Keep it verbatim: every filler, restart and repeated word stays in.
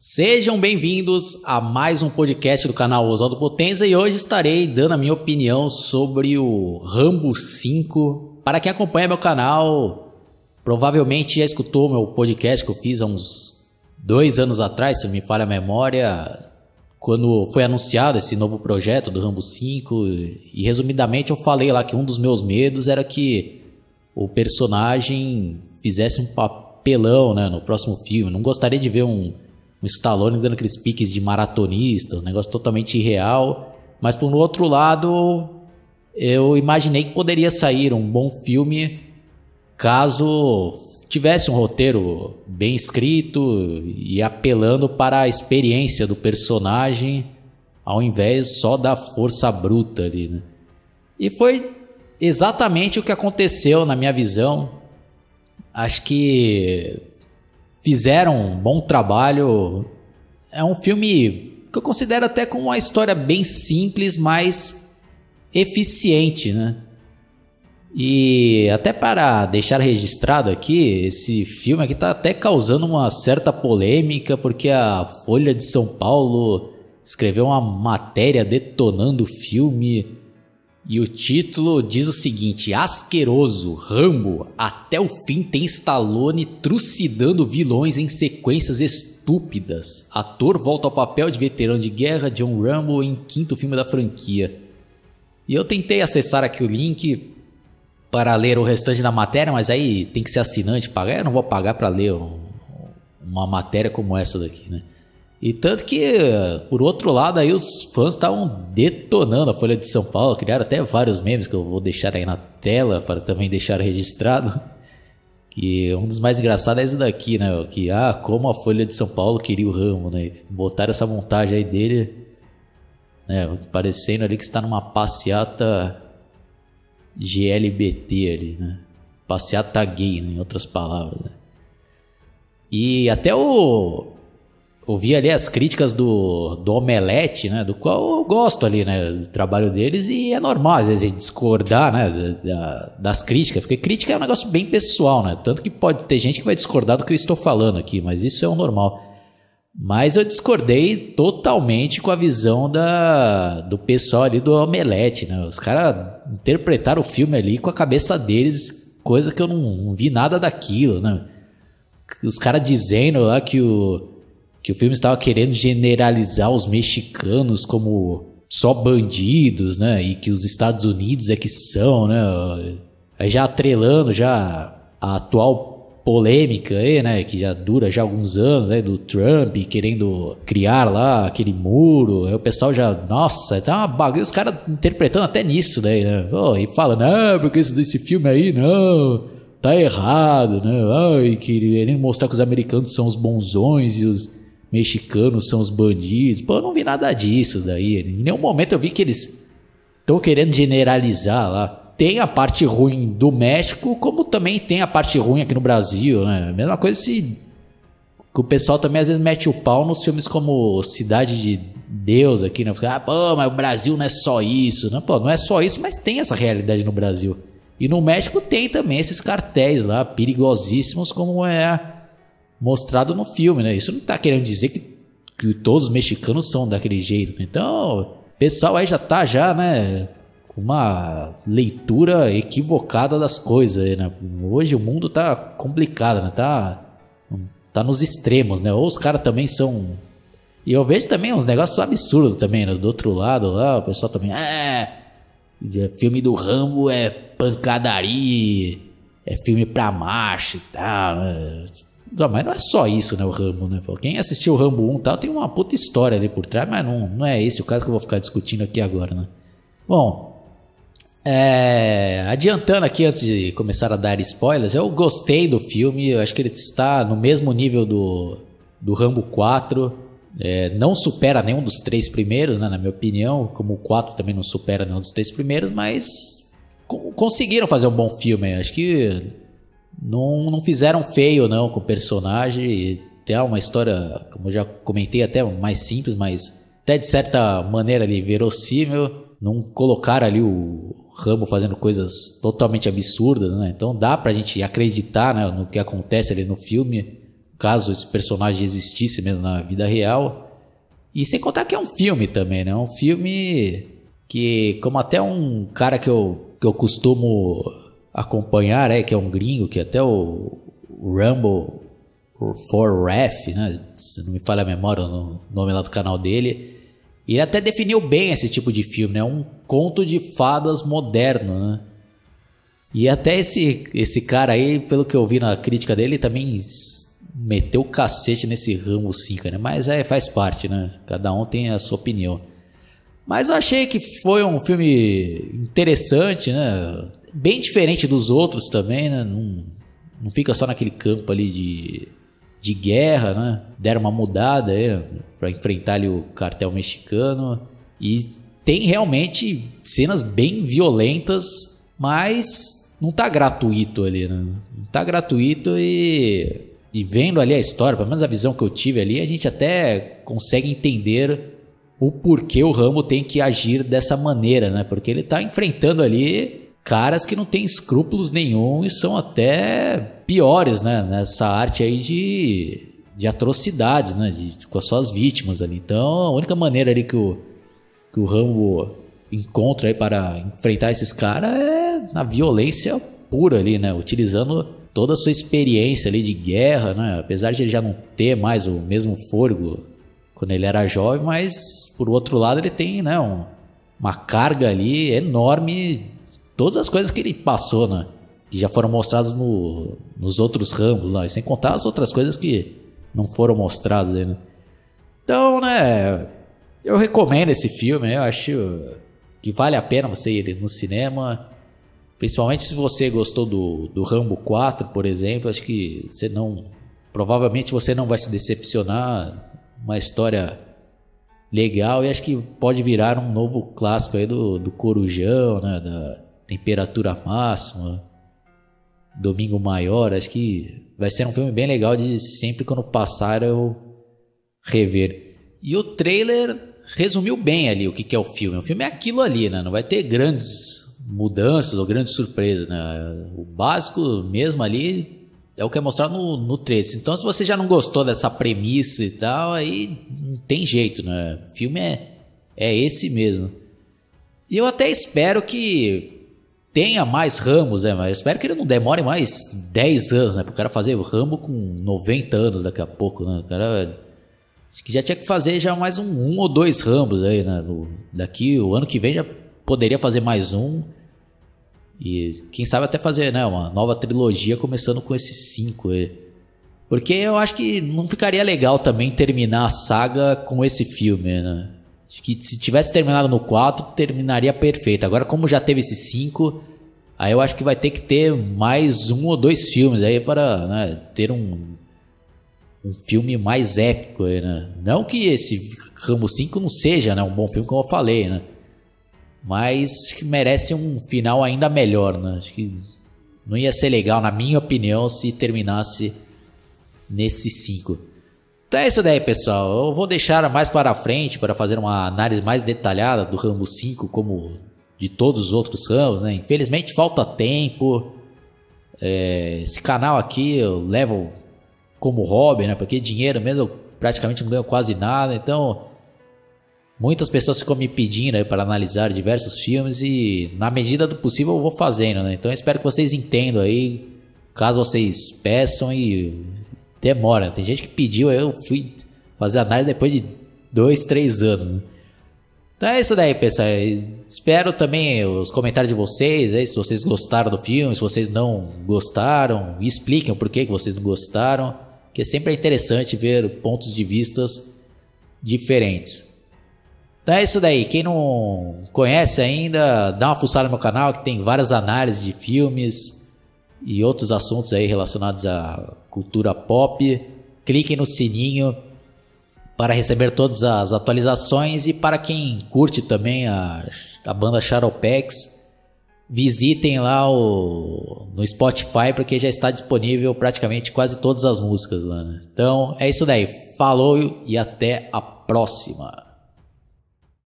Sejam bem-vindos a mais um podcast do canal Oswaldo Potenza e hoje estarei dando a minha opinião sobre o Rambo cinco. Para quem acompanha meu canal, provavelmente já escutou meu podcast que eu fiz há uns dois anos atrás, se não me falha a memória, quando foi anunciado esse novo projeto do Rambo cinco. E resumidamente eu falei lá que um dos meus medos era que o personagem fizesse um papelão, né, no próximo filme. Não gostaria de ver um um Stallone dando aqueles piques de maratonista, um negócio totalmente irreal. Mas por outro lado, eu imaginei que poderia sair um bom filme caso tivesse um roteiro bem escrito e apelando para a experiência do personagem ao invés só da força bruta ali, né? E foi exatamente o que aconteceu na minha visão. Acho que fizeram um bom trabalho. É um filme que eu considero até com uma história bem simples, mas eficiente, né? E até para deixar registrado aqui, esse filme aqui tá até causando uma certa polêmica, porque a Folha de São Paulo escreveu uma matéria detonando o filme. E o título diz o seguinte: asqueroso, Rambo, até o fim tem Stallone trucidando vilões em sequências estúpidas. Ator volta ao papel de veterano de guerra John Rambo em quinto filme da franquia. E eu tentei acessar aqui o link para ler o restante da matéria, mas aí tem que ser assinante, pagar. Eu não vou pagar para ler um, uma matéria como essa daqui, né? E tanto que, por outro lado, aí os fãs estavam detonando a Folha de São Paulo, criaram até vários memes que eu vou deixar aí na tela para também deixar registrado. Que um dos mais engraçados é esse daqui, né? Que, ah, como a Folha de São Paulo queria o Rambo, né? Botaram essa montagem aí dele, né? Parecendo ali que está numa passeata G L B T ali, né? Passeata gay, né? Em outras palavras, né? E até o... ouvi ali as críticas do, do Omelete, né, do qual eu gosto ali, né, do trabalho deles, e é normal às vezes discordar, né, da, das críticas, porque crítica é um negócio bem pessoal, né, tanto que pode ter gente que vai discordar do que eu estou falando aqui, mas isso é o normal. Mas eu discordei totalmente com a visão da, do pessoal ali do Omelete, né, os caras interpretaram o filme ali com a cabeça deles, coisa que eu não, não vi nada daquilo, né, os caras dizendo lá que o que o filme estava querendo generalizar os mexicanos como só bandidos, né? E que os Estados Unidos é que são, né? Aí já atrelando já a atual polêmica aí, né? Que já dura já alguns anos, né? Do Trump querendo criar lá aquele muro. Aí o pessoal já, nossa, tá uma bagulho. Os caras interpretando até nisso daí, né? Oh, e falando, ah, porque esse, esse filme aí, não, tá errado, né? Ai, querendo mostrar que os americanos são os bonzões e os mexicanos são os bandidos. Pô, eu não vi nada disso daí. Em nenhum momento eu vi que eles estão querendo generalizar lá. Tem a parte ruim do México, como também tem a parte ruim aqui no Brasil, né? Mesma coisa se que o pessoal também às vezes mete o pau nos filmes como Cidade de Deus aqui, né? Ah, pô, mas o Brasil não é só isso, né? Pô, não é só isso, mas tem essa realidade no Brasil. E no México tem também esses cartéis lá, perigosíssimos, como é mostrado no filme, né? Isso não tá querendo dizer que, que todos os mexicanos são daquele jeito, né? Então, o pessoal aí já tá já, né, com uma leitura equivocada das coisas, né? Hoje o mundo tá complicado, né? Tá, tá nos extremos, né? Ou os caras também são... E eu vejo também uns negócios absurdos também, né? Do outro lado lá, o pessoal também... É, filme do Rambo é pancadaria, é filme pra macho e tal, né? Não, mas não é só isso, né, o Rambo, né? Quem assistiu o Rambo um e tal, tem uma puta história ali por trás, mas não, não é esse o caso que eu vou ficar discutindo aqui agora, né? Bom, é, adiantando aqui antes de começar a dar spoilers, eu gostei do filme, eu acho que ele está no mesmo nível do, do Rambo quatro, é, não supera nenhum dos três primeiros, né, na minha opinião, como o quatro também não supera nenhum dos três primeiros, mas co- conseguiram fazer um bom filme, acho que... Não, não fizeram feio não com o personagem. Tem uma história, como eu já comentei, até mais simples, mas até de certa maneira ali verossímil. Não colocaram ali o Rambo fazendo coisas totalmente absurdas, né? Então dá pra gente acreditar, né, no que acontece ali no filme. caso esse personagem existisse mesmo na vida real. E sem contar que é um filme também, né? Um filme que, como até um cara que eu, que eu costumo acompanhar, é, que é um gringo, que até o, o Rumble for Ref, né? Se não me falha a memória o nome lá do canal dele, ele até definiu bem esse tipo de filme, né? Um conto de fadas moderno, né? E até esse, esse cara aí, pelo que eu vi na crítica dele, também meteu o cacete nesse Rambo cinco, né? Mas é, faz parte, né? Cada um tem a sua opinião. Mas eu achei que foi um filme interessante, né? Bem diferente dos outros também, né? Não, não fica só naquele campo ali de, de guerra, né? Deram uma mudada aí, né? Pra enfrentar ali o cartel mexicano. E tem realmente cenas bem violentas, mas não tá gratuito ali, né? Não tá gratuito e, e vendo ali a história, pelo menos a visão que eu tive ali, a gente até consegue entender o porquê o Rambo tem que agir dessa maneira, né? Porque ele tá enfrentando ali caras que não têm escrúpulos nenhum e são até piores, né? Nessa arte aí de, de atrocidades, né? De, com as suas vítimas ali. Então, a única maneira ali que o, que o Rambo encontra aí para enfrentar esses caras é na violência pura ali, né? Utilizando toda a sua experiência ali de guerra, né? Apesar de ele já não ter mais o mesmo fôlego quando ele era jovem, mas por outro lado ele tem, né, um, uma carga ali enorme, todas as coisas que ele passou, né, que já foram mostradas no, nos outros Rambos lá, sem contar as outras coisas que não foram mostradas aí, né. Então, né, eu recomendo esse filme, eu acho que vale a pena você ir no cinema, principalmente se você gostou do, do Rambo quatro, por exemplo. Acho que você não, provavelmente você não vai se decepcionar. Uma história legal e acho que pode virar um novo clássico aí do, do Corujão, né? Da Temperatura Máxima, Domingo Maior. Acho que vai ser um filme bem legal de sempre quando passar eu rever. E o trailer resumiu bem ali o que, que é o filme. O filme é aquilo ali, né? Não vai ter grandes mudanças ou grandes surpresas, né? O básico mesmo ali é o que é mostrado no, no trailer. Então, se você já não gostou dessa premissa e tal, aí não tem jeito, né? O filme é, é esse mesmo. E eu até espero que tenha mais Rambos, né? Mas eu espero que ele não demore mais dez anos, né? Para o cara fazer o Rambo com noventa anos daqui a pouco, né? O cara acho que já tinha que fazer já mais um, um ou dois Rambos aí, né? No, daqui, o ano que vem já poderia fazer mais um. E quem sabe até fazer, né, uma nova trilogia começando com esses cinco aí. Porque eu acho que não ficaria legal também terminar a saga com esse filme, né? Acho que se tivesse terminado no quatro, terminaria perfeito. Agora, como já teve esses cinco, aí eu acho que vai ter que ter mais um ou dois filmes aí para, né, ter um, um filme mais épico aí, né? Não que esse Rambo cinco não seja, né, um bom filme, como eu falei, né? Mas que merece um final ainda melhor, né? Acho que não ia ser legal, na minha opinião, se terminasse nesse cinco. Então é isso daí, pessoal. Eu vou deixar mais para frente para fazer uma análise mais detalhada do Rambo cinco, como de todos os outros Rambos, né? Infelizmente falta tempo. É, esse canal aqui eu levo como hobby, né? Porque dinheiro mesmo eu praticamente não ganho quase nada, então muitas pessoas ficam me pedindo aí para analisar diversos filmes e na medida do possível eu vou fazendo, né? Então eu espero que vocês entendam aí, caso vocês peçam e demora. Tem gente que pediu, eu fui fazer análise depois de dois, três anos, né? Então é isso daí, pessoal. Espero também os comentários de vocês aí, se vocês gostaram do filme, se vocês não gostaram, expliquem o porquê que vocês não gostaram, porque sempre é interessante ver pontos de vistas diferentes. Então é isso daí, quem não conhece ainda, dá uma fuçada no meu canal que tem várias análises de filmes e outros assuntos aí relacionados à cultura pop. Cliquem no sininho para receber todas as atualizações e para quem curte também a, a banda Shadowpex, visitem lá o, no Spotify porque já está disponível praticamente quase todas as músicas lá, né? Então é isso daí, falou e até a próxima.